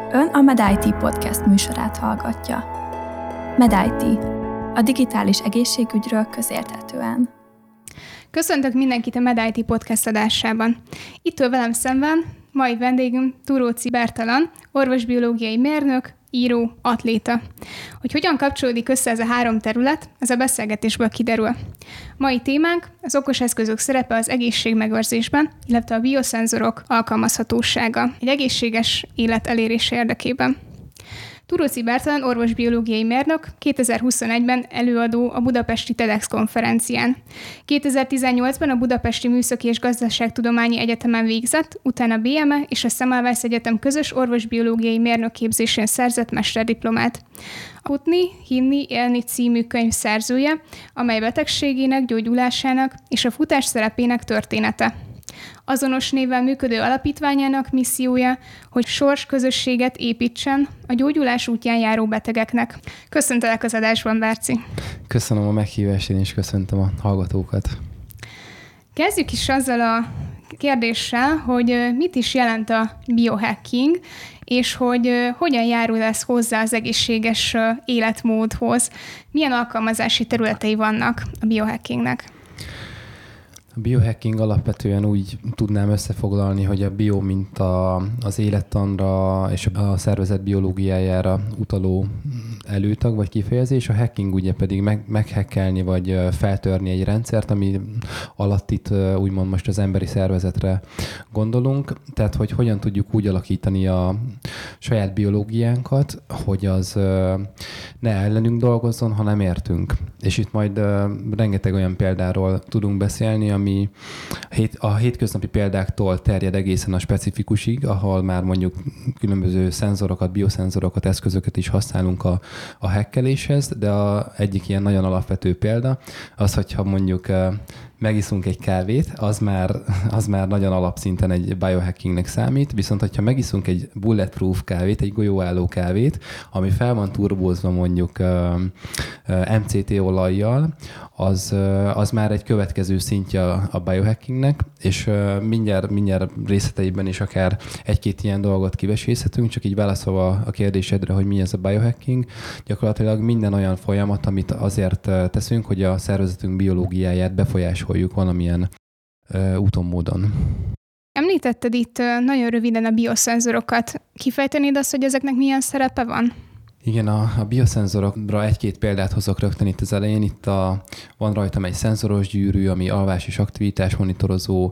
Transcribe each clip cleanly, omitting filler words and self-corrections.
Ön a MedIT podcast műsorát hallgatja. MedIT, a digitális egészségügyről közérthetően. Köszöntök mindenkit a MedIT podcast adásában. Itt ül velem szemben mai vendégünk Turóczy Bertalan, orvosbiológiai mérnök, író, atléta. Hogy hogyan kapcsolódik össze ez a három terület, ez a beszélgetésből kiderül. Mai témánk az okos eszközök szerepe az egészségmegőrzésben, illetve a bioszenzorok alkalmazhatósága egy egészséges élet elérése érdekében. Turóczy Bertalan orvosbiológiai mérnök 2021-ben előadó a budapesti TEDx konferencián. 2018-ban a Budapesti Műszaki és Gazdaságtudományi Egyetemen végzett, utána BME és a Semmelweis Egyetem közös orvosbiológiai mérnökképzésén szerzett mesterdiplomát. A Futni, hinni, élni című könyv szerzője, amely betegségének, gyógyulásának és a futás szerepének története. Azonos névvel működő alapítványának missziója, hogy sorsközösséget építsen a gyógyulás útján járó betegeknek. Köszöntelek az adásban, Berci! Köszönöm a meghívást, én is köszöntöm a hallgatókat. Kezdjük is azzal a kérdéssel, hogy mit is jelent a biohacking, és hogy hogyan járul ez hozzá az egészséges életmódhoz. Milyen alkalmazási területei vannak a biohackingnek? A biohacking alapvetően úgy tudnám összefoglalni, hogy a bio, mint az élettanra és a szervezet biológiájára utaló előtag vagy kifejezés, a hacking ugye pedig meghackelni vagy feltörni egy rendszert, ami alatt itt úgymond most az emberi szervezetre gondolunk, tehát hogy hogyan tudjuk úgy alakítani a saját biológiánkat, hogy az ne ellenünk dolgozzon, hanem értünk. És itt majd rengeteg olyan példáról tudunk beszélni, ami a hétköznapi példáktól terjed egészen a specifikusig, ahol már mondjuk különböző szenzorokat, bioszenzorokat, eszközöket is használunk a hackeléshez, de egyik ilyen nagyon alapvető példa az, hogyha mondjuk megiszunk egy kávét, az már nagyon alapszinten egy biohackingnek számít, viszont hogyha megiszunk egy bulletproof kávét, egy golyóálló kávét, ami fel van turbózva mondjuk MCT olajjal, az már egy következő szintje a biohackingnek, és mindjárt részleteiben is akár egy-két ilyen dolgot kivesészhetünk, csak így válaszolva a kérdésedre, hogy mi ez a biohacking, gyakorlatilag minden olyan folyamat, amit azért teszünk, hogy a szervezetünk biológiáját befolyásoljuk valamilyen úton, módon. Említetted itt nagyon röviden a bioszenzorokat. Kifejtenéd azt, hogy ezeknek milyen szerepe van? Igen, a bioszenzorokra egy-két példát hozok rögtön itt az elején. Itt van rajtam egy szenzoros gyűrű, ami alvás és aktivitás monitorozó,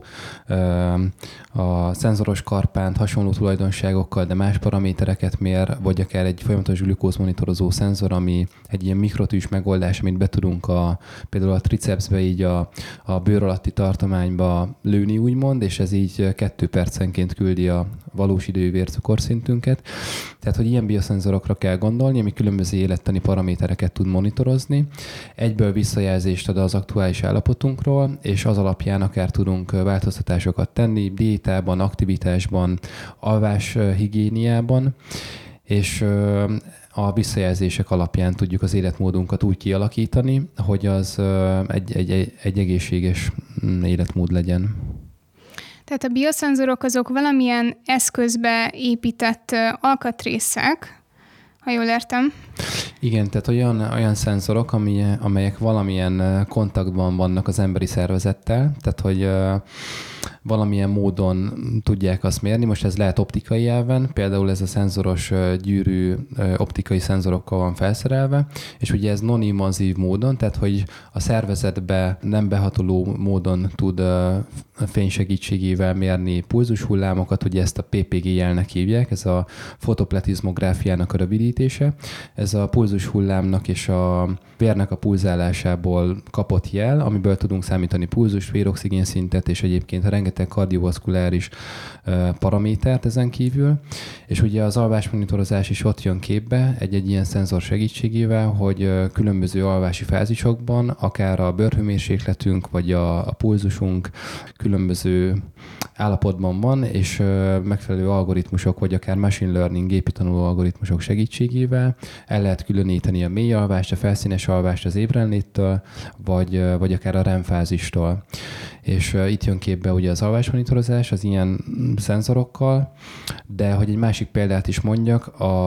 a szenzoros karpánt hasonló tulajdonságokkal, de más paramétereket mér, vagy akár egy folyamatos glükóz monitorozó szenzor, ami egy ilyen mikrotűs megoldás, amit be tudunk például a tricepsbe, így a bőr alatti tartományba lőni, úgymond, és ez így 2 percenként küldi a valós idejű vércukorszintünket. Tehát, hogy ilyen bioszenzorokra kell gondolni, ami különböző élettani paramétereket tud monitorozni. Egyből visszajelzést ad az aktuális állapotunkról, és az alapján akár tudunk változtatásokat tenni diétában, aktivitásban, alváshigiéniában, és a visszajelzések alapján tudjuk az életmódunkat úgy kialakítani, hogy az egy egészséges életmód legyen. Tehát a bioszenzorok azok valamilyen eszközbe épített alkatrészek, ha jól értem. Igen, tehát olyan szenzorok, amelyek valamilyen kontaktban vannak az emberi szervezettel, tehát hogy valamilyen módon tudják azt mérni. Most ez lehet optikai elven, például ez a szenzoros gyűrű optikai szenzorokkal van felszerelve, és ugye ez non-invazív módon, tehát hogy a szervezetbe nem behatoló módon tud fény segítségével mérni pulzushullámokat, ugye ezt a PPG jelnek hívják, ez a fotopletizmográfiának a rövidítése. Ez a pulzushullámnak és a vérnek a pulzálásából kapott jel, amiből tudunk számítani pulzust, véroxigénszintet, és egyébként rengeteg kardiovaszkuláris paramétert ezen kívül. És ugye az alvásmonitorozás is ott jön képbe egy ilyen szenzor segítségével, hogy különböző alvási fázisokban, akár a bőrhőmérsékletünk, vagy a pulzusunk különböző állapotban van, és megfelelő algoritmusok, vagy akár machine learning, gépi tanuló algoritmusok segítségével el lehet különíteni a mély alvást, a felszínes alvást az ébrenléttől, vagy akár a REM fázistól. És itt jön képbe ugye az alvásmonitorozás az ilyen szenzorokkal, de hogy egy másik példát is mondjak,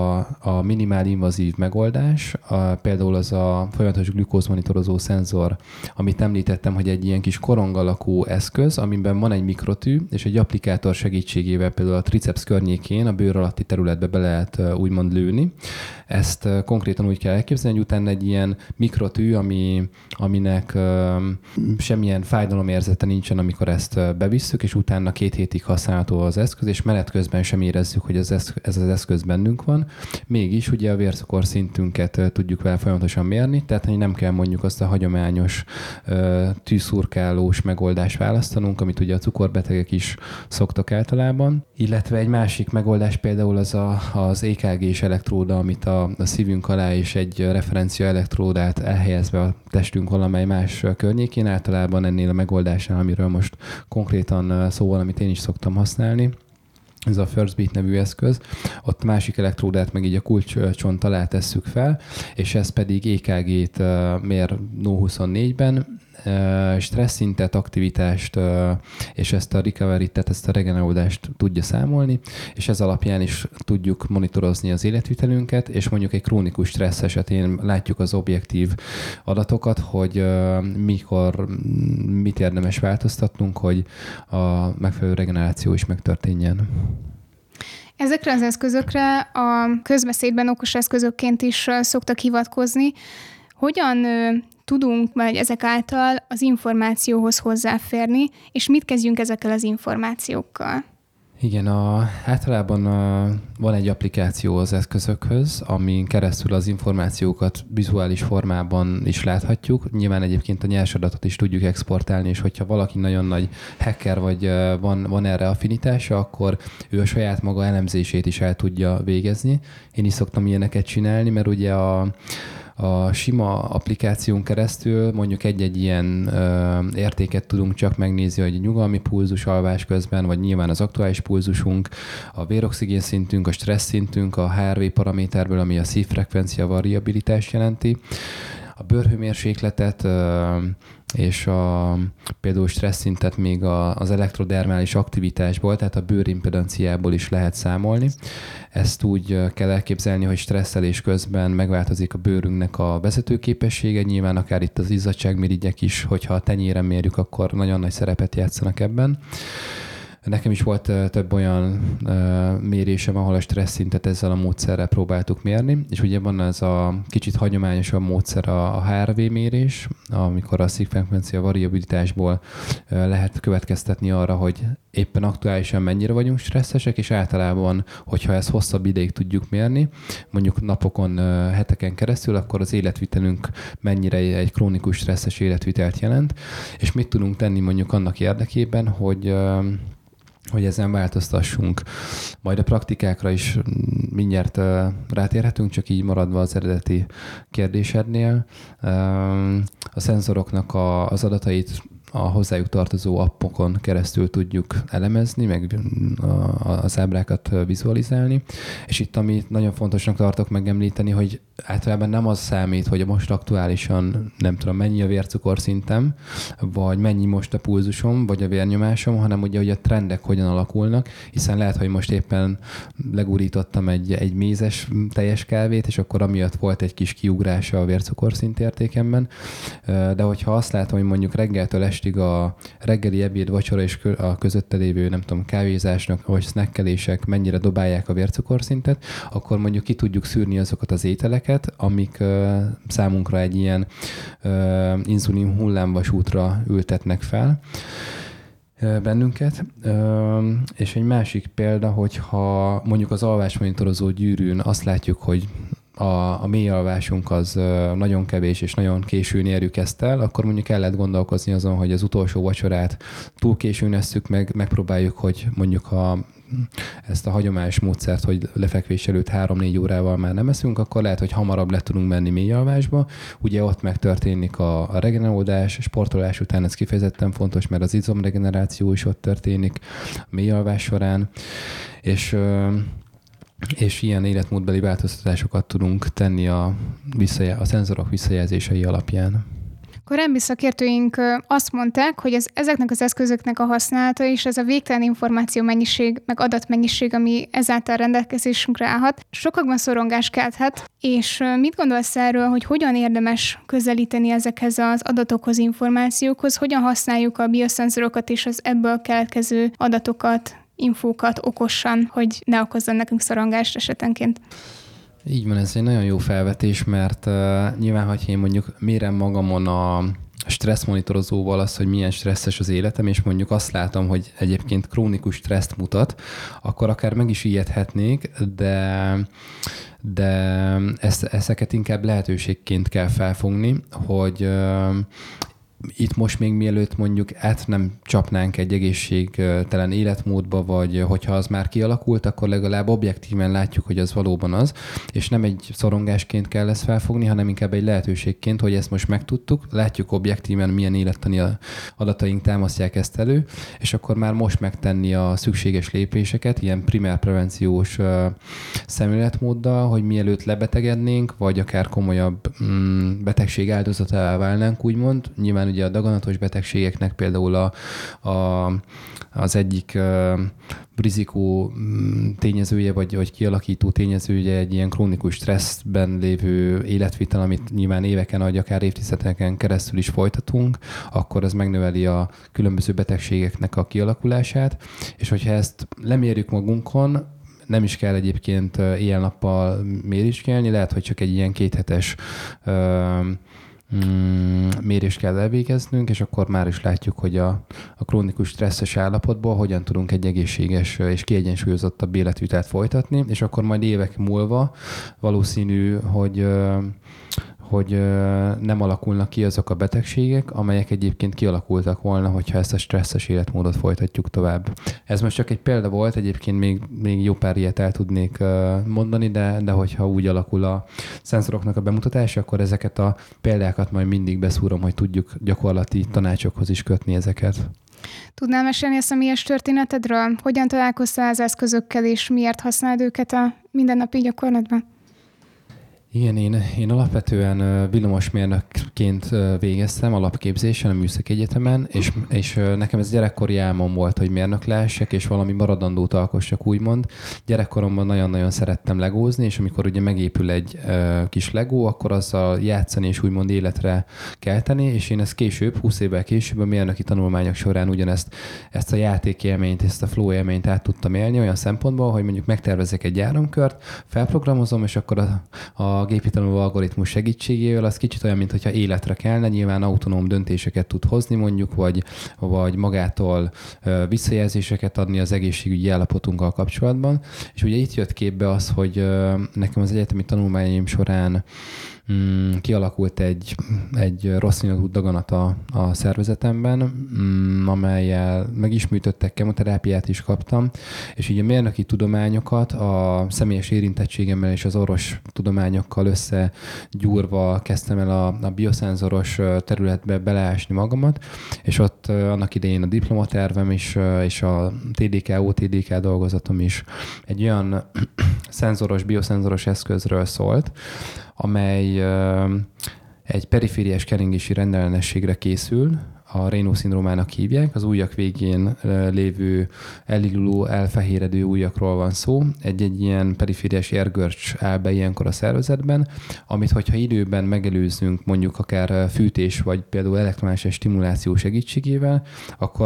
a minimál invazív megoldás, például az a folyamatos glükózmonitorozó szenzor, amit említettem, hogy egy ilyen kis korong alakú eszköz, amiben van egy mikrotű, és egy applikátor segítségével például a triceps környékén, a bőr alatti területbe be lehet úgymond lőni. Ezt konkrétan úgy kell elképzelni, hogy utána egy ilyen mikrotű, aminek semmilyen fájdalomérzete nincsen, amikor ezt bevisszük, és utána 2 hétig használható az eszköz, és menet közben sem érezzük, hogy ez az eszköz bennünk van. Mégis ugye a vércukor szintünket tudjuk vele folyamatosan mérni, tehát nem kell mondjuk azt a hagyományos tűszurkálós megoldást választanunk, amit ugye a cukorbetegek is szoktak általában. Illetve egy másik megoldás például az EKG-s elektróda, amit a szívünk alá és egy referencia elektródát elhelyezve a testünk valamely más környékén, általában ennél a megoldásnál, amiről most konkrétan szó van, amit én is szoktam használni. Ez a First Beat nevű eszköz, ott másik elektródát meg így a kulcscsont alá tesszük fel, és ez pedig EKG-t mér No24-ben, stresszszintet, aktivitást, és ezt a recovery-t, tehát ezt a regenerálódást tudja számolni, és ez alapján is tudjuk monitorozni az életvitelünket, és mondjuk egy krónikus stressz esetén látjuk az objektív adatokat, hogy mikor mit érdemes változtatnunk, hogy a megfelelő regeneráció is megtörténjen. Ezekre az eszközökre a közbeszédben okos eszközökként is szoktak hivatkozni. Hogyan tudunk majd ezek által az információhoz hozzáférni, és mit kezdjünk ezekkel az információkkal? Igen, általában van egy applikáció az eszközökhöz, amin keresztül az információkat vizuális formában is láthatjuk. Nyilván egyébként a nyers adatot is tudjuk exportálni, és hogyha valaki nagyon nagy hacker, vagy van erre affinitása, akkor ő a saját maga elemzését is el tudja végezni. Én is szoktam ilyeneket csinálni, mert ugye a sima applikáción keresztül mondjuk egy-egy ilyen értéket tudunk csak megnézni, hogy nyugalmi pulzus alvás közben, vagy nyilván az aktuális pulzusunk, a véroxigén szintünk, a stressz szintünk, a HRV paraméterből, ami a szívfrekvencia variabilitást jelenti, a bőrhőmérsékletet, és például stresszszintet még az elektrodermális aktivitásból, tehát a bőrimpedanciából is lehet számolni. Ezt úgy kell elképzelni, hogy stresszelés közben megváltozik a bőrünknek a vezetőképessége, nyilván akár itt az izzadságmirigyek is, hogyha a tenyéren mérjük, akkor nagyon nagy szerepet játszanak ebben. Nekem is volt több olyan mérésem, ahol a stresszszintet ezzel a módszerrel próbáltuk mérni, és ugye van ez a kicsit hagyományosabb módszer a HRV mérés, amikor a szívfrekvencia variabilitásból lehet következtetni arra, hogy éppen aktuálisan mennyire vagyunk stresszesek, és általában, hogyha ezt hosszabb ideig tudjuk mérni, mondjuk napokon, heteken keresztül, akkor az életvitelünk mennyire egy krónikus stresszes életvitelt jelent, és mit tudunk tenni mondjuk annak érdekében, hogy ezen változtassunk. Majd a praktikákra is mindjárt rátérhetünk, csak így maradva az eredeti kérdésednél. A szenzoroknak az adatait a hozzájuk tartozó appokon keresztül tudjuk elemezni, meg az ábrákat vizualizálni. És itt, amit nagyon fontosnak tartok megemlíteni, hogy általában nem az számít, hogy most aktuálisan nem tudom mennyi a vércukorszintem, vagy mennyi most a pulzusom, vagy a vérnyomásom, hanem ugye, hogy a trendek hogyan alakulnak, hiszen lehet, hogy most éppen legurítottam egy mézes teljes kávét, és akkor amiatt volt egy kis kiugrása a vércukorszint értékemben. De hogyha azt látom, hogy mondjuk reggeltől estig a reggeli, ebéd, vacsora és a közötte lévő, nem tudom, kávézásnak, vagy snackelések mennyire dobálják a vércukorszintet, akkor mondjuk ki tudjuk szűrni azokat az ételeket, amik számunkra egy ilyen inzulin hullámvasútra ültetnek fel bennünket. És egy másik példa, hogyha mondjuk az alvásmonitorozó gyűrűn azt látjuk, hogy a mély alvásunk az nagyon kevés, és nagyon későn érjük ezt el, akkor mondjuk el lehet gondolkozni azon, hogy az utolsó vacsorát túl későn esszük meg, megpróbáljuk, hogy mondjuk a ezt a hagyományos módszert, hogy lefekvés előtt 3-4 órával már nem eszünk, akkor lehet, hogy hamarabb le tudunk menni mélyalvásba. Ugye ott megtörténik a regenerálódás, sportolás után ez kifejezetten fontos, mert az izomregeneráció is ott történik a mélyalvás során, és ilyen életmódbeli változtatásokat tudunk tenni a szenzorok visszajelzései alapján. Korábbi szakértőink azt mondták, hogy ezeknek az eszközöknek a használata és ez a végtelen információ mennyiség, meg adatmennyiség, ami ezáltal rendelkezésünkre állhat, sokakban szorongást kelthet, és mit gondolsz erről, hogy hogyan érdemes közelíteni ezekhez az adatokhoz, információkhoz, hogyan használjuk a bioszenzorokat és az ebből keletkező adatokat, infókat okosan, hogy ne okozzon nekünk szorongást esetenként? Így van, ez egy nagyon jó felvetés, mert nyilván, hogy én mondjuk mérem magamon a stresszmonitorozóval azt, hogy milyen stresszes az életem, és mondjuk azt látom, hogy egyébként krónikus stresszt mutat, akkor akár meg is ijedhetnék, de ezeket inkább lehetőségként kell felfogni, hogy itt most még mielőtt mondjuk nem csapnánk egy egészségtelen életmódba, vagy hogyha az már kialakult, akkor legalább objektíven látjuk, hogy az valóban az, és nem egy szorongásként kell ezt felfogni, hanem inkább egy lehetőségként, hogy ezt most megtudtuk, látjuk objektíven, milyen élettani adataink támasztják ezt elő, és akkor már most megtenni a szükséges lépéseket, ilyen primár prevenciós szemléletmóddal, hogy mielőtt lebetegednénk, vagy akár komolyabb betegség áldozatává válnánk, úgymond. Nyilván ugye a daganatos betegségeknek például az egyik rizikó tényezője, vagy kialakító tényezője egy ilyen krónikus stresszben lévő életvitel, amit nyilván éveken, vagy akár évtizedeken keresztül is folytatunk, akkor az megnöveli a különböző betegségeknek a kialakulását, és hogyha ezt lemérjük magunkon, nem is kell egyébként éjjel-nappal mériskelni, lehet, hogy csak egy ilyen 2 hetes mérést kell elvégeznünk, és akkor már is látjuk, hogy a krónikus stresszes állapotból hogyan tudunk egy egészséges és kiegyensúlyozottabb életvitelt folytatni, és akkor majd évek múlva valószínű, hogy nem alakulnak ki azok a betegségek, amelyek egyébként kialakultak volna, hogyha ezt a stresszes életmódot folytatjuk tovább. Ez most csak egy példa volt, egyébként még jó pár ilyet el tudnék mondani, de hogyha úgy alakul a szenzoroknak a bemutatása, akkor ezeket a példákat majd mindig beszúrom, hogy tudjuk gyakorlati tanácsokhoz is kötni ezeket. Tudnál mesélni a személyes történetedről? Hogyan találkoztál az eszközökkel, és miért használod őket a mindennapi gyakorlatban? Igen, én alapvetően villamosmérnökként végeztem alapképzésen a Műszaki Egyetemen, és nekem ez gyerekkori álmom volt, hogy mérnök lehessek, és valami maradandót alkossak, úgymond. Gyerekkoromban nagyon-nagyon szerettem legózni, és amikor ugye megépül egy kis legó, akkor azzal játszani és úgymond életre kelteni, és én ezt később, 20 évvel később a mérnöki tanulmányok során ezt a játékélményt, ezt a flow élményt át tudtam élni olyan szempontból, hogy mondjuk megtervezek egy áramkört, felprogramozom, és akkor a gépi tanuló algoritmus segítségével az kicsit olyan, mintha életre kellene, nyilván autonóm döntéseket tud hozni mondjuk, vagy magától visszajelzéseket adni az egészségügyi állapotunkkal kapcsolatban. És ugye itt jött képbe az, hogy nekem az egyetemi tanulmányaim során kialakult egy rossz indulatú daganat a szervezetemben, amellyel meg is műtöttek, kemoterápiát is kaptam, és így a mérnöki tudományokat a személyes érintettségemmel és az orvos tudományokkal összegyúrva kezdtem el a bioszenzoros területbe beleásni magamat, és ott annak idején a diplomatervem is, és a OTDK dolgozatom is egy olyan bioszenzoros eszközről szólt, amely egy perifériás keringési rendellenességre készül, a Raynaud-szindrómának hívják, az ujjak végén lévő elinduló, elfehéredő ujjakról van szó. Egy ilyen perifériás érgörcs áll be ilyenkor a szervezetben, amit hogyha időben megelőzzünk mondjuk akár fűtés, vagy például elektromágneses stimuláció segítségével, akkor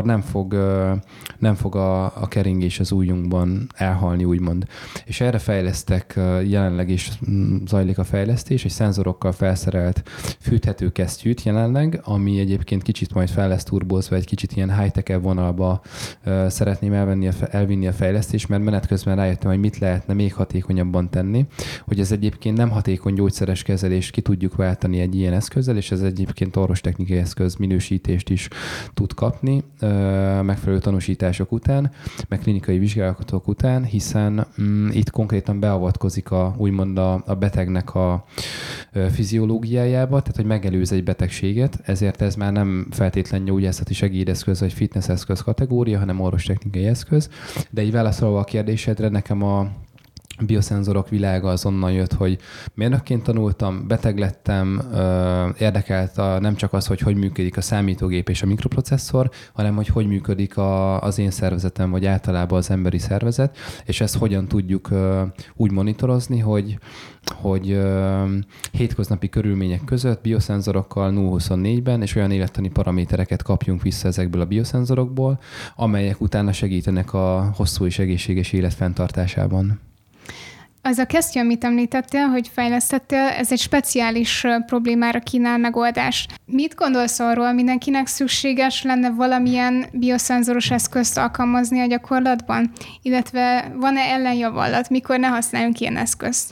nem fog a keringés az ujjunkban elhalni, úgymond. És erre fejlesztek, jelenleg is zajlik a fejlesztés, egy szenzorokkal felszerelt fűthető kesztyűt jelenleg, ami egyébként kicsit majd fel lesz turbózva, egy kicsit ilyen high-tech vonalba szeretném elvinni a fejlesztést, mert menet közben rájöttem, hogy mit lehetne még hatékonyabban tenni, hogy ez egyébként nem hatékony gyógyszeres kezelést ki tudjuk váltani egy ilyen eszközzel, és ez egyébként orvostechnikai eszköz minősítést is tud kapni megfelelő tanúsítások után, meg klinikai vizsgálatok után, hiszen itt konkrétan beavatkozik úgymond a betegnek a fiziológiájába, tehát hogy megelőz egy betegséget, ezért ez már nem feltétlenül gyógyászati segédeszköz vagy fitness eszköz kategória, hanem orvostechnikai eszköz. De így válaszolva a kérdésedre, nekem a bioszenzorok világa azonnal jött, hogy mérnökként tanultam, beteg lettem, érdekelt nem csak az, hogy működik a számítógép és a mikroprocesszor, hanem hogy működik az én szervezetem, vagy általában az emberi szervezet, és ezt hogyan tudjuk úgy monitorozni, hogy hétköznapi körülmények között bioszenzorokkal 0-24-ben és olyan élettani paramétereket kapjunk vissza ezekből a bioszenzorokból, amelyek utána segítenek a hosszú és egészséges élet fenntartásában. Az a kesztyű, amit említettél, hogy fejlesztettél, ez egy speciális problémára kínál megoldást. Mit gondolsz arról, mindenkinek szükséges lenne valamilyen bioszenzoros eszközt alkalmazni a gyakorlatban? Illetve van-e ellenjavallat, mikor ne használjunk ilyen eszközt?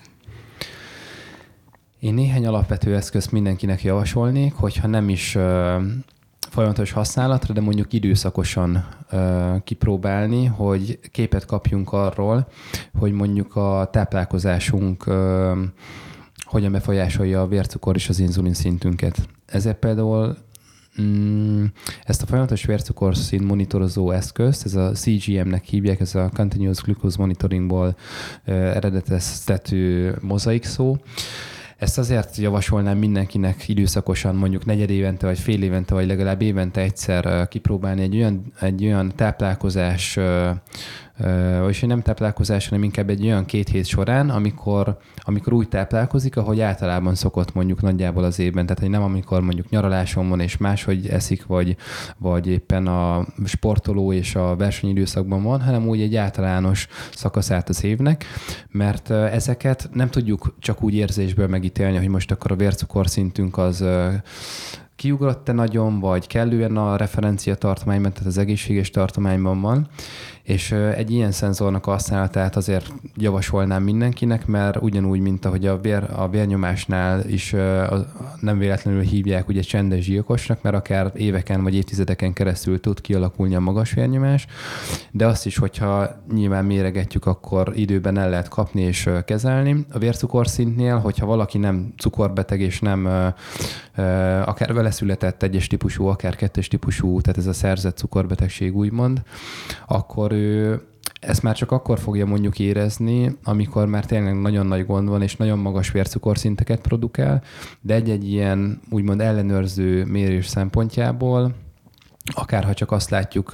Én néhány alapvető eszközt mindenkinek javasolnék, hogyha nem is folyamatos használatra, de mondjuk időszakosan kipróbálni, hogy képet kapjunk arról, hogy mondjuk a táplálkozásunk hogyan befolyásolja a vércukor és az inzulin szintünket. Ezért például ezt a folyamatos vércukorszint monitorozó eszközt, ez a CGM-nek hívják, ez a Continuous Glucose Monitoringból eredeteztető mozaik szó. Ezt azért javasolnám mindenkinek időszakosan, mondjuk negyedévente, vagy fél évente, vagy legalább évente egyszer kipróbálni egy olyan táplálkozás, vagyis nem táplálkozás, hanem inkább egy olyan 2 hét során, amikor úgy táplálkozik, ahogy általában szokott mondjuk nagyjából az évben. Tehát, hogy nem amikor mondjuk nyaraláson van és máshogy eszik, vagy éppen a sportoló és a versenyidőszakban van, hanem úgy egy általános szakaszát az évnek, mert ezeket nem tudjuk csak úgy érzésből megítélni, hogy most akkor a vércukorszintünk az kiugrott-e nagyon, vagy kellően a referencia tartományban, tehát az egészséges tartományban van, és egy ilyen szenzornak a használatát azért javasolnám mindenkinek, mert ugyanúgy, mint ahogy a vérnyomásnál is nem véletlenül hívják ugye csendes gyilkosnak, mert akár éveken vagy évtizedeken keresztül tud kialakulni a magas vérnyomás, de azt is, hogyha nyilván méregetjük, akkor időben el lehet kapni és kezelni. A vércukorszintnél, hogyha valaki nem cukorbeteg és nem akár vele született 1-es típusú, akár 2-es típusú, tehát ez a szerzett cukorbetegség úgymond, akkor ő ezt már csak akkor fogja mondjuk érezni, amikor már tényleg nagyon nagy gond van, és nagyon magas vércukorszinteket produkál, de egy ilyen úgymond ellenőrző mérés szempontjából, akár ha csak azt látjuk,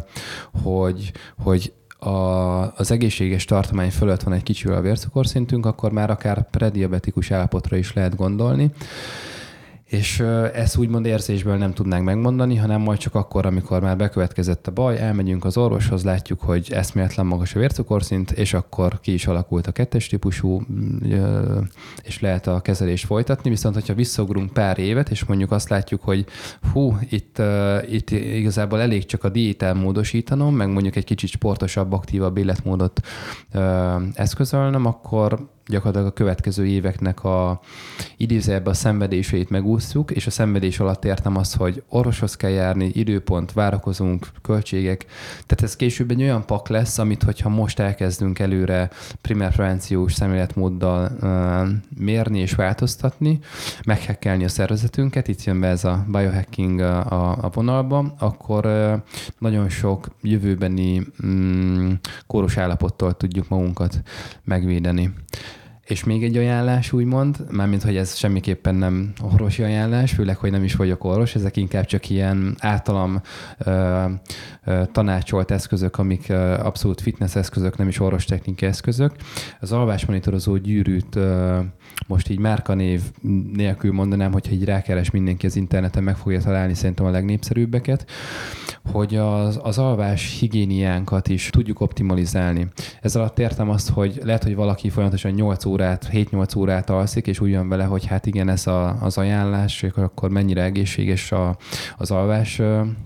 hogy az egészséges tartomány fölött van egy kicsivel a vércukorszintünk, akkor már akár prediabetikus állapotra is lehet gondolni. És ezt úgymond érzésből nem tudnánk megmondani, hanem majd csak akkor, amikor már bekövetkezett a baj, elmegyünk az orvoshoz, látjuk, hogy eszméletlen magas a vércukorszint, és akkor ki is alakult a 2-es típusú, és lehet a kezelést folytatni. Viszont, hogyha visszaugrunk pár évet, és mondjuk azt látjuk, hogy itt igazából elég csak a diétát módosítanom, meg mondjuk egy kicsit sportosabb, aktívabb életmódot eszközölnöm, akkor gyakorlatilag a következő éveknek a idézőjelben a szenvedéseit megúszjuk, és a szenvedés alatt értem azt, hogy orvoshoz kell járni, időpont, várakozunk, költségek. Tehát ez később egy olyan pak lesz, amit hogyha most elkezdünk előre primárprevenciós szemléletmóddal mérni és változtatni, meghekkelni a szervezetünket, itt jön be ez a biohacking a vonalba, akkor nagyon sok jövőbeni kóros állapottól tudjuk magunkat megvédeni. És még egy ajánlás úgymond, mármint, hogy ez semmiképpen nem orvosi ajánlás, főleg, hogy nem is vagyok orvos, ezek inkább csak ilyen általam tanácsolt eszközök, amik abszolút fitness eszközök, nem is orvostechnikai eszközök. Az alvásmonitorozó gyűrűt most így márkanév nélkül mondanám, hogyha így rákeres mindenki az interneten, meg fogja találni szerintem a legnépszerűbbeket, hogy az alvás higiéniánkat is tudjuk optimalizálni. Ez alatt értem azt, hogy lehet, hogy valaki folyamatosan 8 órát, 7-8 órát alszik, és úgy jön vele, hogy hát igen, ez az ajánlás, akkor mennyire egészséges az alvás,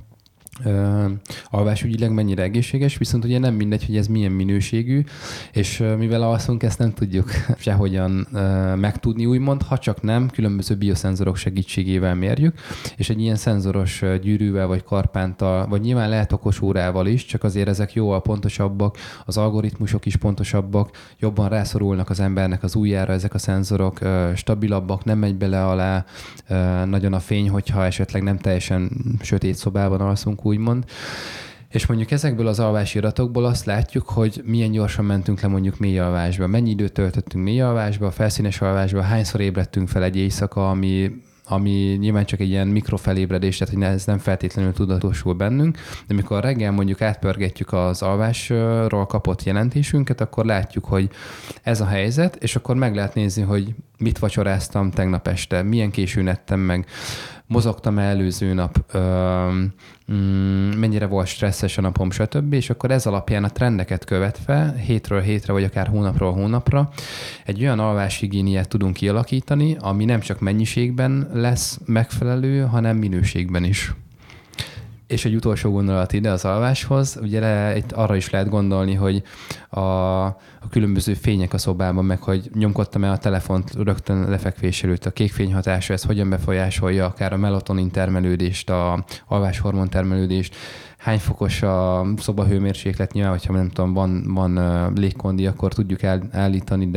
alvásügyileg mennyire egészséges, viszont ugye nem mindegy, hogy ez milyen minőségű, és mivel alszunk, ezt nem tudjuk sehogyan megtudni, úgymond, ha csak nem különböző bioszenzorok segítségével mérjük, és egy ilyen szenzoros gyűrűvel, vagy karpánttal, vagy nyilván lehet okos órával is, csak azért ezek jóval pontosabbak, az algoritmusok is pontosabbak, jobban rászorulnak az embernek az ujjára ezek a szenzorok, stabilabbak, nem megy bele alá nagyon a fény, hogyha esetleg nem teljesen sötét szobában alszunk, úgymond. És mondjuk ezekből az alvási adatokból azt látjuk, hogy milyen gyorsan mentünk le mondjuk mély alvásba, mennyi időt töltöttünk mély alvásba, felszínes alvásba, hányszor ébredtünk fel egy éjszaka, ami nyilván csak egy ilyen mikrofelébredés, tehát hogy ez nem feltétlenül tudatosul bennünk, de amikor reggel mondjuk átpörgetjük az alvásról kapott jelentésünket, akkor látjuk, hogy ez a helyzet, és akkor meg lehet nézni, hogy mit vacsoráztam tegnap este, milyen későn ettem meg, mozogtam előző nap, mennyire volt stresszes a napom, stb. És akkor ez alapján a trendeket követve, hétről hétre, vagy akár hónapról hónapra egy olyan alváshigiéniát tudunk kialakítani, ami nem csak mennyiségben lesz megfelelő, hanem minőségben is. És egy utolsó gondolat ide az alváshoz, ugye itt arra is lehet gondolni, hogy a különböző fények a szobában, meg hogy nyomkodtam-e a telefont rögtön lefekvés előtt, a kékfény hatása, ez hogyan befolyásolja akár a melatonin termelődést, a alváshormon termelődést, hány fokos a szobahőmérséklet, nyilván, hogyha nem tudom, van légkondi, akkor tudjuk állítani,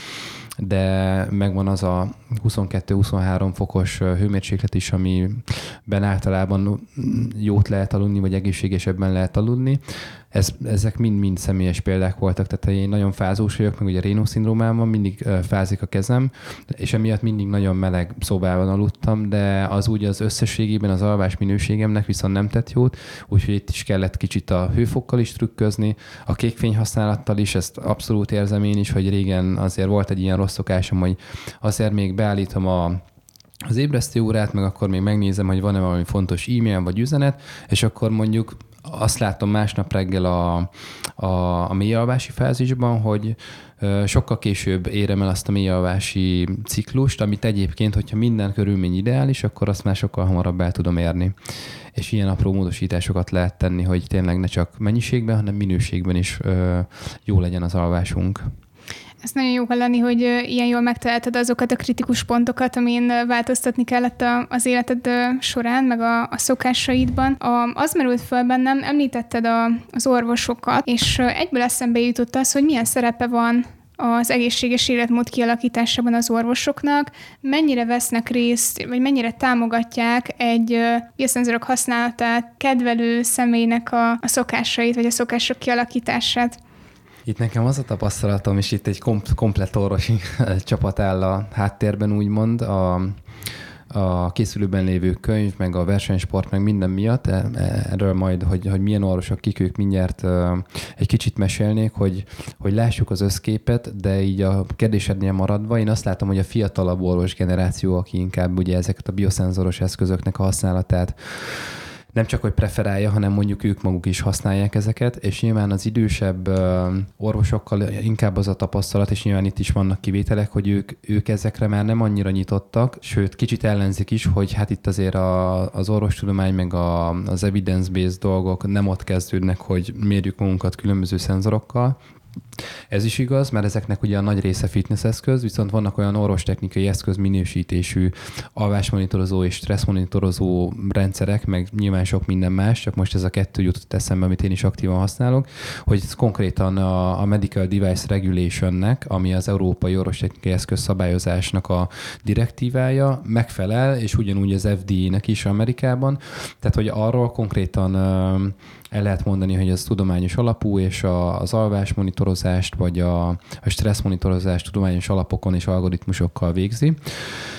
de megvan az a 22-23 fokos hőmérséklet is, amiben általában jót lehet aludni, vagy egészségesebben lehet aludni. Ezek mind személyes példák voltak, tehát én nagyon fázós vagyok, meg ugye Raynaud-szindrómám van, mindig fázik a kezem, és emiatt mindig nagyon meleg szobában aludtam, de az úgy az összességében az alvás minőségemnek viszont nem tett jót, úgyhogy itt is kellett kicsit a hőfokkal is trükközni, a kékfény használattal is, ezt abszolút érzem én is, hogy régen azért volt egy ilyen rossz szokásom, hogy azért még beállítom az ébresztő órát, meg akkor még megnézem, hogy van-e valami fontos e-mail vagy üzenet, és akkor mondjuk azt látom másnap reggel a mélyalvási fázisban, hogy sokkal később érem el azt a mélyalvási ciklust, amit egyébként, hogyha minden körülmény ideális, akkor azt már sokkal hamarabb el tudom érni. És ilyen apró módosításokat lehet tenni, hogy tényleg ne csak mennyiségben, hanem minőségben is jó legyen az alvásunk. Ez nagyon jó hallani, hogy ilyen jól megtaláltad azokat a kritikus pontokat, amin változtatni kellett az életed során, meg a szokásaidban. Az merült föl bennem, említetted az orvosokat, és egyből eszembe jutott az, hogy milyen szerepe van az egészséges életmód kialakításában az orvosoknak, mennyire vesznek részt, vagy mennyire támogatják egy bioszenzorok használatát kedvelő személynek a szokásait, vagy a szokások kialakítását. Itt nekem az a tapasztalatom, és itt egy komplett orvosi csapat áll a háttérben, úgymond, a készülőben lévő könyv, meg a versenysport, meg minden miatt. Erről majd, hogy milyen orvosok, kik ők, mindjárt egy kicsit mesélnék, hogy lássuk az összképet, de így a kérdésednél maradva, én azt látom, hogy a fiatalabb orvos generáció, aki inkább ugye ezeket a bioszenzoros eszközöknek a használatát nem csak, hogy preferálja, hanem mondjuk ők maguk is használják ezeket, és nyilván az idősebb orvosokkal inkább az a tapasztalat, és nyilván itt is vannak kivételek, hogy ők ezekre már nem annyira nyitottak, sőt, kicsit ellenzik is, hogy hát itt azért az orvostudomány meg az evidence-based dolgok nem ott kezdődnek, hogy mérjük magunkat különböző szenzorokkal. Ez is igaz, mert ezeknek ugye a nagy része fitness eszköz, viszont vannak olyan orvostechnikai eszköz minősítésű alvásmonitorozó és stresszmonitorozó rendszerek, meg nyilván sok minden más, csak most ez a kettő jutott eszembe, amit én is aktívan használok, hogy ez konkrétan a Medical Device Regulationnek, ami az Európai Orvostechnikai Eszköz szabályozásnak a direktívája megfelel, és ugyanúgy az FDA-nek is Amerikában. Tehát, hogy arról konkrétan el lehet mondani, hogy ez tudományos alapú, és az alvásmonitorozást, vagy a stresszmonitorozást tudományos alapokon és algoritmusokkal végzi.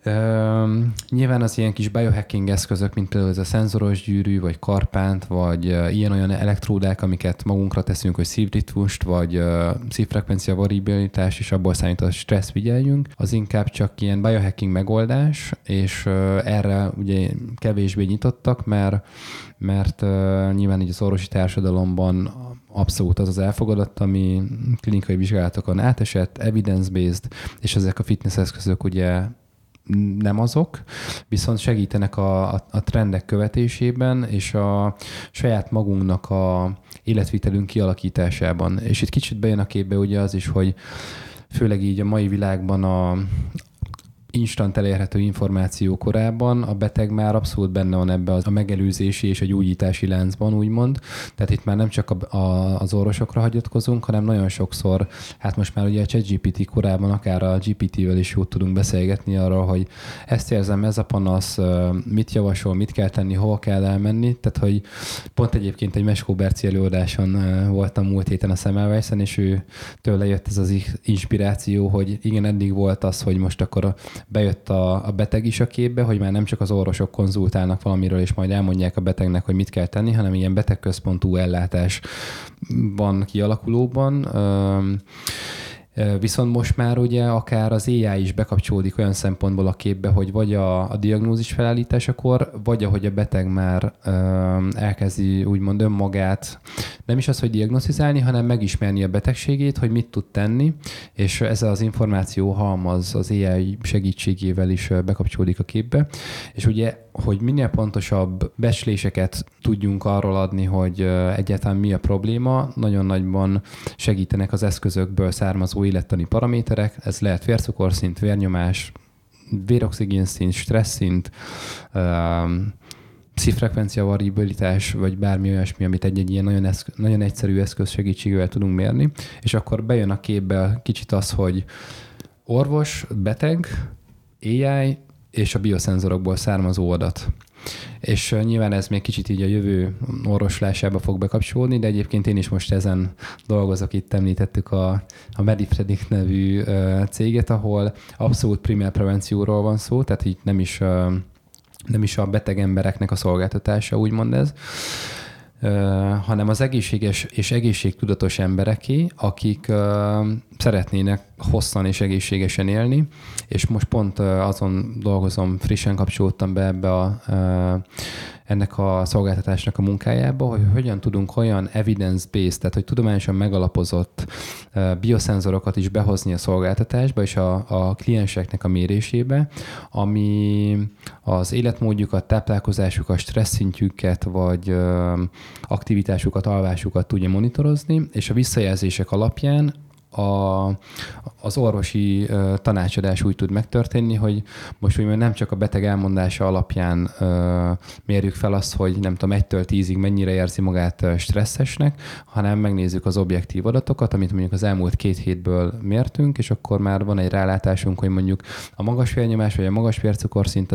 Nyilván az ilyen kis biohacking eszközök, mint például ez a szenzoros gyűrű, vagy karpánt, vagy ilyen-olyan elektródák, amiket magunkra teszünk, hogy szívritmust, vagy szívfrekvencia variabilitás, és abból számít a stressz figyeljünk, az inkább csak ilyen biohacking megoldás, és erre ugye kevésbé nyitottak, mert nyilván így az orvosi társadalomban abszolút az elfogadott, ami klinikai vizsgálatokon átesett, evidence-based, és ezek a fitness eszközök ugye nem azok, viszont segítenek a trendek követésében, és a saját magunknak a életvitelünk kialakításában. És itt kicsit bejön a képbe ugye az is, hogy főleg így a mai világban a instant elérhető információ korában a beteg már abszolút benne van ebbe a megelőzési és a gyógyítási láncban, úgymond. Tehát itt már nem csak az orvosokra hagyatkozunk, hanem nagyon sokszor, hát most már ugye a ChatGPT korában akár a GPT-vel is jót tudunk beszélgetni arról, hogy ezt érzem, ez a panasz, mit javasol, mit kell tenni, hova kell elmenni. Tehát, hogy pont egyébként egy Meskó Berci előadáson voltam múlt héten a Semmelweisen, és ő tőle jött ez az inspiráció, hogy igen, eddig volt az, hogy most akkor bejött a beteg is a képbe, hogy már nem csak az orvosok konzultálnak valamiről, és majd elmondják a betegnek, hogy mit kell tenni, hanem ilyen betegközpontú ellátás van kialakulóban. Viszont most már ugye akár az AI is bekapcsolódik olyan szempontból a képbe, hogy vagy a diagnózis felállításakor, vagy ahogy a beteg már elkezdi úgymond önmagát, nem is az, hogy diagnosztizálni, hanem megismerni a betegségét, hogy mit tud tenni, és ez az információ halmaz az AI segítségével is bekapcsolódik a képbe. És ugye, hogy minél pontosabb becsléseket tudjunk arról adni, hogy egyáltalán mi a probléma, nagyon nagyban segítenek az eszközökből származó élettani paraméterek, ez lehet vércukorszint, vérnyomás, véroxigénszint, stresszint, szívfrekvencia variabilitás, vagy bármi olyasmi, amit egy ilyen nagyon egyszerű eszköz segítségével tudunk mérni, és akkor bejön a képbe kicsit az, hogy orvos, beteg, AI és a bioszenzorokból származó adat. És nyilván ez még kicsit így a jövő orvoslásába fog bekapcsolódni, de egyébként én is most ezen dolgozok, itt említettük a MediPredict nevű céget, ahol abszolút primer prevencióról van szó, tehát így nem is a beteg embereknek a szolgáltatása, úgymond ez, hanem az egészséges és egészségtudatos embereké, akik szeretnének hosszan és egészségesen élni, és most pont azon dolgozom, frissen kapcsolódtam be ebbe ennek a szolgáltatásnak a munkájába, hogy hogyan tudunk olyan evidence-based, tehát hogy tudományosan megalapozott bioszenzorokat is behozni a szolgáltatásba és a klienseknek a mérésébe, ami az életmódjukat, táplálkozásukat, stresszintjüket, vagy aktivitásukat, alvásukat tudja monitorozni, és a visszajelzések alapján az orvosi tanácsadás úgy tud megtörténni, hogy most úgymond nem csak a beteg elmondása alapján mérjük fel azt, hogy nem tudom, 1-től 10-ig mennyire érzi magát stresszesnek, hanem megnézzük az objektív adatokat, amit mondjuk az elmúlt 2 hétből mértünk, és akkor már van egy rálátásunk, hogy mondjuk a magas vérnyomás vagy a magas vércukorszint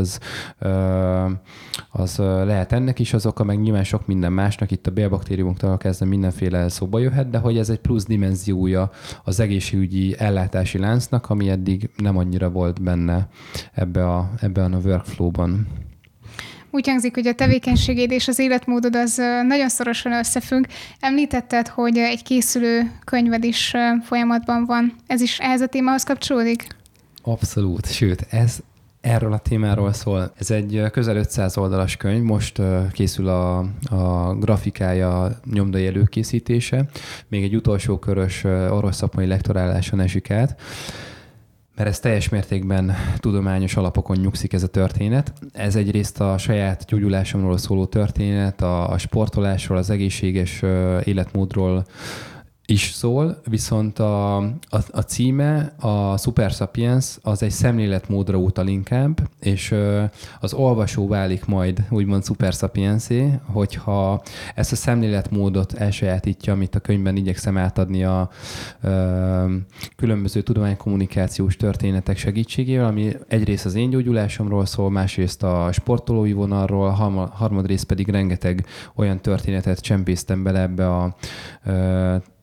az lehet ennek is az oka, meg nyilván sok minden másnak, itt a bélbaktériumoktól kezdve mindenféle szóba jöhet, de hogy ez egy plusz dimenziója az egészségügyi ellátási láncnak, ami eddig nem annyira volt benne ebben a workflow-ban. Úgy hangzik, hogy a tevékenységed és az életmódod az nagyon szorosan összefügg. Említetted, hogy egy készülő könyved is folyamatban van. Ez is ehhez a témához kapcsolódik? Abszolút, sőt, ez erről a témáról szól. Ez egy közel 500 oldalas könyv, most készül a grafikája, nyomdai előkészítése. Még egy utolsó körös orvos szakmai lektoráláson esik át, mert ez teljes mértékben tudományos alapokon nyugszik ez a történet. Ez egyrészt a saját gyógyulásomról szóló történet, a sportolásról, az egészséges életmódról is szól, viszont a címe, a Super Sapiens, az egy szemléletmódra utal inkább, és az olvasó válik majd úgymond Super Sapiensé, hogyha ezt a szemléletmódot elsajátítja, amit a könyvben igyekszem átadni a különböző tudománykommunikációs történetek segítségével, ami egyrészt az én gyógyulásomról szól, másrészt a sportolói vonalról, harmadrészt pedig rengeteg olyan történetet csempésztem bele ebbe a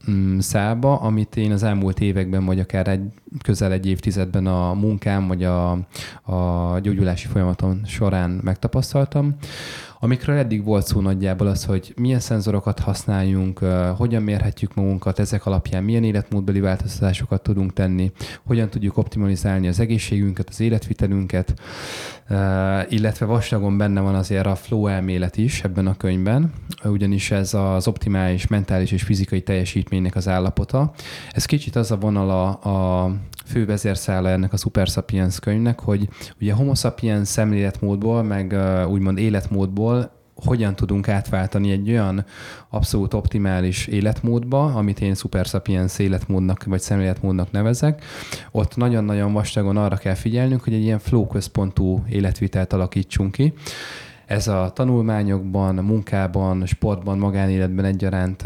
szálba, amit én az elmúlt években, vagy akár közel egy évtizedben a munkám, vagy a gyógyulási folyamaton során megtapasztaltam. Amikről eddig volt szó nagyjából az, hogy milyen szenzorokat használjunk, hogyan mérhetjük magunkat, ezek alapján milyen életmódbeli változtatásokat tudunk tenni, hogyan tudjuk optimalizálni az egészségünket, az életvitelünket, illetve vastagon benne van azért a flow elmélet is ebben a könyvben, ugyanis ez az optimális mentális és fizikai teljesítménynek az állapota. Ez kicsit az a vonala a fő vezérszála ennek a Super Sapiens könyvnek, hogy ugye Homo sapiens szemléletmódból, meg úgymond életmódból hogyan tudunk átváltani egy olyan abszolút optimális életmódba, amit én Super Sapiens életmódnak vagy szemléletmódnak nevezek. Ott nagyon-nagyon vastagon arra kell figyelnünk, hogy egy ilyen flow központú életvitelt alakítsunk ki. Ez a tanulmányokban, munkában, sportban, magánéletben egyaránt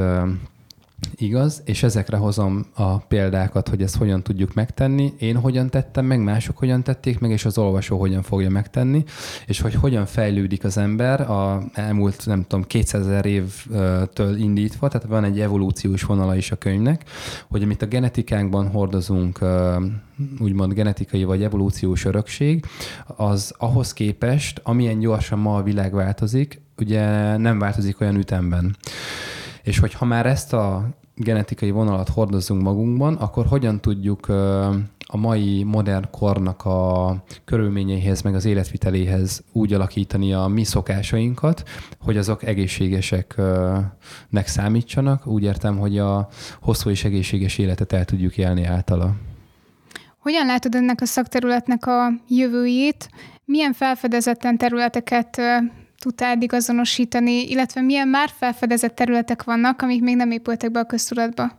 igaz, és ezekre hozom a példákat, hogy ezt hogyan tudjuk megtenni. Én hogyan tettem meg, mások hogyan tették meg, és az olvasó hogyan fogja megtenni, és hogy hogyan fejlődik az ember a elmúlt, 200 000 évtől indítva, tehát van egy evolúciós vonala is a könyvnek, hogy amit a genetikánkban hordozunk, úgymond genetikai vagy evolúciós örökség, az ahhoz képest, amilyen gyorsan ma a világ változik, ugye nem változik olyan ütemben. És hogyha már ezt a genetikai vonalat hordozunk magunkban, akkor hogyan tudjuk a mai modern kornak a körülményeihez, meg az életviteléhez úgy alakítani a mi szokásainkat, hogy azok egészségeseknek számítsanak. Úgy értem, hogy a hosszú és egészséges életet el tudjuk élni általa. Hogyan látod ennek a szakterületnek a jövőjét? Milyen felfedezetlen területeket tudtál azonosítani, illetve milyen már felfedezett területek vannak, amik még nem épültek be a köztudatba?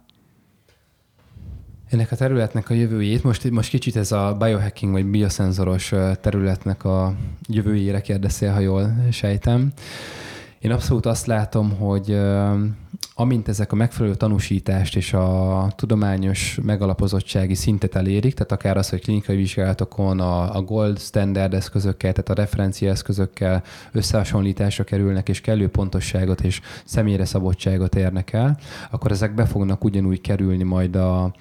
Ennek a területnek a jövőjét, most kicsit ez a biohacking vagy bioszenzoros területnek a jövőjére kérdezél, ha jól sejtem. Én abszolút azt látom, hogy amint ezek a megfelelő tanúsítást és a tudományos megalapozottsági szintet elérik, tehát akár az, hogy klinikai vizsgálatokon a gold standard eszközökkel, tehát a referencia eszközökkel összehasonlításra kerülnek, és kellő pontosságot és személyre szabottságot érnek el, akkor ezek be fognak ugyanúgy kerülni majd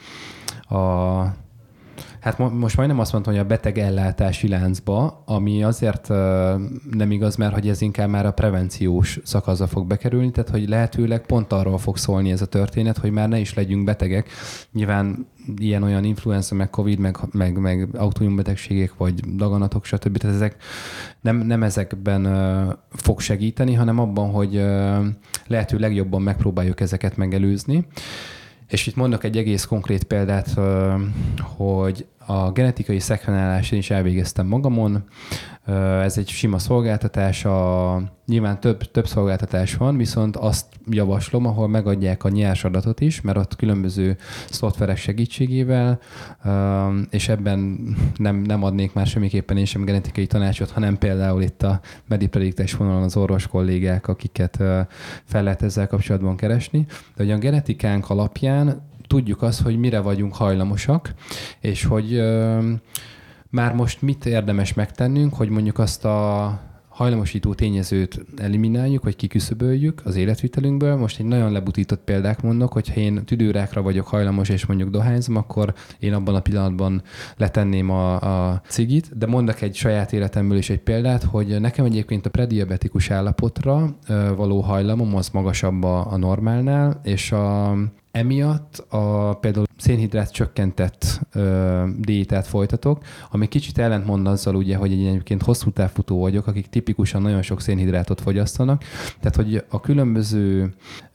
hát most majdnem azt mondtam, hogy a betegellátási láncba, ami azért nem igaz, mert hogy ez inkább már a prevenciós szakaszba fog bekerülni, tehát hogy lehetőleg pont arról fog szólni ez a történet, hogy már ne is legyünk betegek. Nyilván ilyen-olyan influenza, meg Covid, meg autoimmunbetegségek, vagy daganatok, stb. Tehát ezek nem ezekben fog segíteni, hanem abban, hogy lehető legjobban megpróbáljuk ezeket megelőzni. És itt mondok egy egész konkrét példát, hogy a genetikai szekvenálást én is elvégeztem magamon. Ez egy sima szolgáltatás, nyilván több szolgáltatás van, viszont azt javaslom, ahol megadják a nyers adatot is, mert ott különböző szoftverek segítségével, és ebben nem adnék már semmiképpen én sem genetikai tanácsot, hanem például itt a MediPredict vonalon az orvos kollégák, akiket fel lehet ezzel kapcsolatban keresni. De hogy a genetikánk alapján tudjuk azt, hogy mire vagyunk hajlamosak, és hogy már most mit érdemes megtennünk, hogy mondjuk azt a hajlamosító tényezőt elimináljuk, vagy kiküszöböljük az életvitelünkből. Most egy nagyon lebutított példát mondok, hogyha én tüdőrákra vagyok hajlamos, és mondjuk dohányzom, akkor én abban a pillanatban letenném a cigit, de mondok egy saját életemből is egy példát, hogy nekem egyébként a prediabetikus állapotra való hajlamom az magasabb a normálnál, és emiatt például szénhidrát csökkentett diétát folytatok, ami kicsit ellentmond azzal ugye, hogy egyébként hosszú távfutó vagyok, akik tipikusan nagyon sok szénhidrátot fogyasztanak. Tehát, hogy a különböző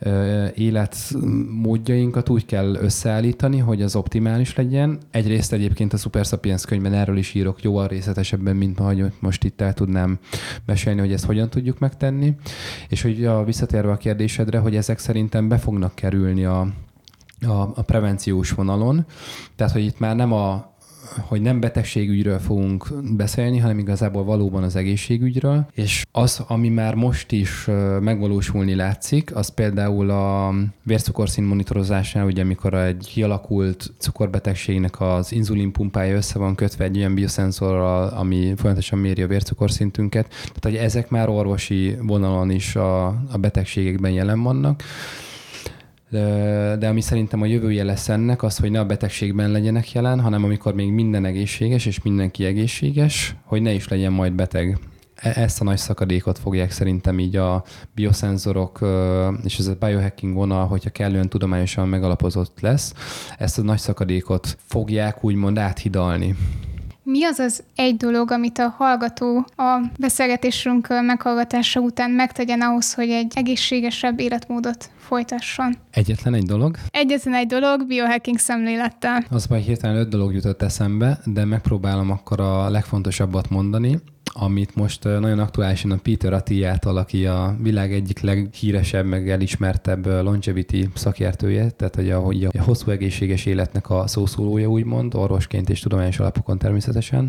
életmódjainkat úgy kell összeállítani, hogy az optimális legyen. Egyrészt egyébként a Super Sapiens könyvben erről is írok jóval részletesebben, mint ahogy most itt el tudnám mesélni, hogy ezt hogyan tudjuk megtenni. És hogy visszatérve a kérdésedre, hogy ezek szerintem be fognak kerülni a prevenciós vonalon. Tehát, hogy itt már hogy nem betegségügyről fogunk beszélni, hanem igazából valóban az egészségügyről. És az, ami már most is megvalósulni látszik, az például a vércukorszint monitorozásnál, ugye amikor egy kialakult cukorbetegségnek az inzulinpumpája össze van kötve egy olyan bioszenzorral, ami folyamatosan méri a vércukorszintünket. Tehát, hogy ezek már orvosi vonalon is a betegségekben jelen vannak. de ami szerintem a jövője lesz ennek az, hogy ne a betegségben legyenek jelen, hanem amikor még minden egészséges, és mindenki egészséges, hogy ne is legyen majd beteg. Ezt a nagy szakadékot fogják szerintem így a bioszenzorok és ez a biohacking vonal, hogyha kellően tudományosan megalapozott lesz, ezt a nagy szakadékot fogják úgymond áthidalni. Mi az az egy dolog, amit a hallgató a beszélgetésünk meghallgatása után megtegyen ahhoz, hogy egy egészségesebb életmódot folytasson? Egyetlen egy dolog? Egyetlen egy dolog, biohacking szemlélettel. Az baj, hirtelen 5 dolog jutott eszembe, de megpróbálom akkor a legfontosabbat mondani, amit most nagyon aktuálisan a Peter Attiától, aki a világ egyik leghíresebb, meg elismertebb longevity szakértője, tehát hogy a hosszú egészséges életnek a szószólója úgymond, orvosként és tudományos alapokon természetesen.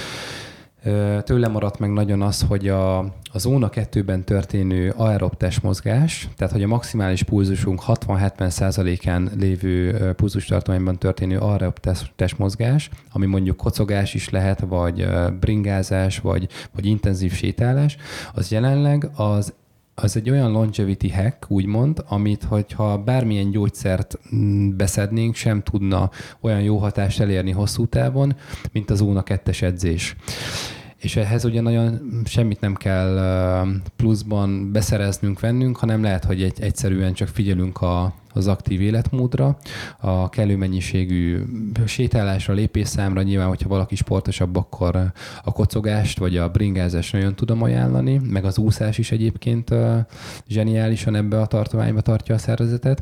Tőle maradt meg nagyon az, hogy a zóna 2-ben történő aerob testmozgás, tehát hogy a maximális pulzusunk 60-70%-án lévő pulzustartományban történő aerob testmozgás, ami mondjuk kocogás is lehet, vagy bringázás, vagy intenzív sétálás, az jelenleg az egy olyan longevity hack, úgymond, amit, hogyha bármilyen gyógyszert beszednénk, sem tudna olyan jó hatást elérni hosszú távon, mint a zóna 2-es edzés. És ehhez ugye nagyon semmit nem kell pluszban beszereznünk, vennünk, hanem lehet, hogy egyszerűen csak figyelünk az aktív életmódra, a kellő mennyiségű sétálásra, lépésszámra. Nyilván, hogyha valaki sportosabb, akkor a kocogást vagy a bringázást nagyon tudom ajánlani, meg az úszás is egyébként zseniálisan ebbe a tartományba tartja a szervezetet.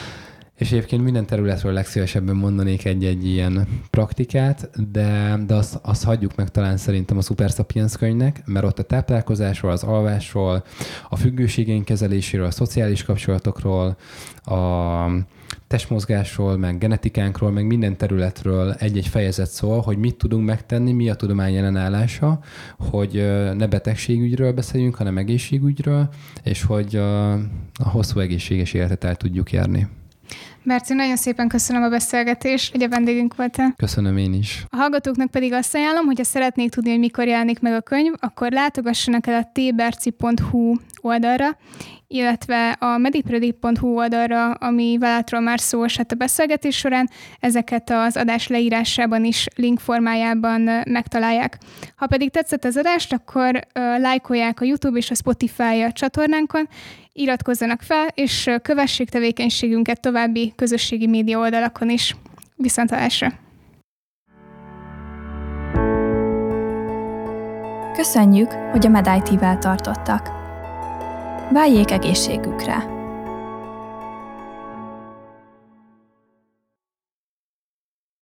És egyébként minden területről legszívesebben mondanék egy ilyen praktikát, de azt hagyjuk meg talán szerintem a Super Sapiens könyvnek, mert ott a táplálkozásról, az alvásról, a függőségeink kezeléséről, a szociális kapcsolatokról, a testmozgásról, meg genetikánkról, meg minden területről egy-egy fejezet szól, hogy mit tudunk megtenni, mi a tudomány ellenállása, hogy ne betegségügyről beszéljünk, hanem egészségügyről, és hogy a hosszú egészséges életet el tudjuk érni. Berci, nagyon szépen köszönöm a beszélgetést, hogy a vendégünk voltál. Köszönöm én is. A hallgatóknak pedig azt ajánlom, hogy ha szeretnék tudni, hogy mikor jelenik meg a könyv, akkor látogassanak el a tberci.hu oldalra, illetve a medipredict.hu oldalra, ami váltról már szó esett a beszélgetés során, ezeket az adás leírásában is link formájában megtalálják. Ha pedig tetszett az adást, akkor lájkolják a YouTube és a Spotify csatornánkon, iratkozzanak fel, és kövessék tevékenységünket további közösségi média oldalakon is. Viszontlátásra! Köszönjük, hogy a MedIT-vel tartottak. Váljék egészségükre!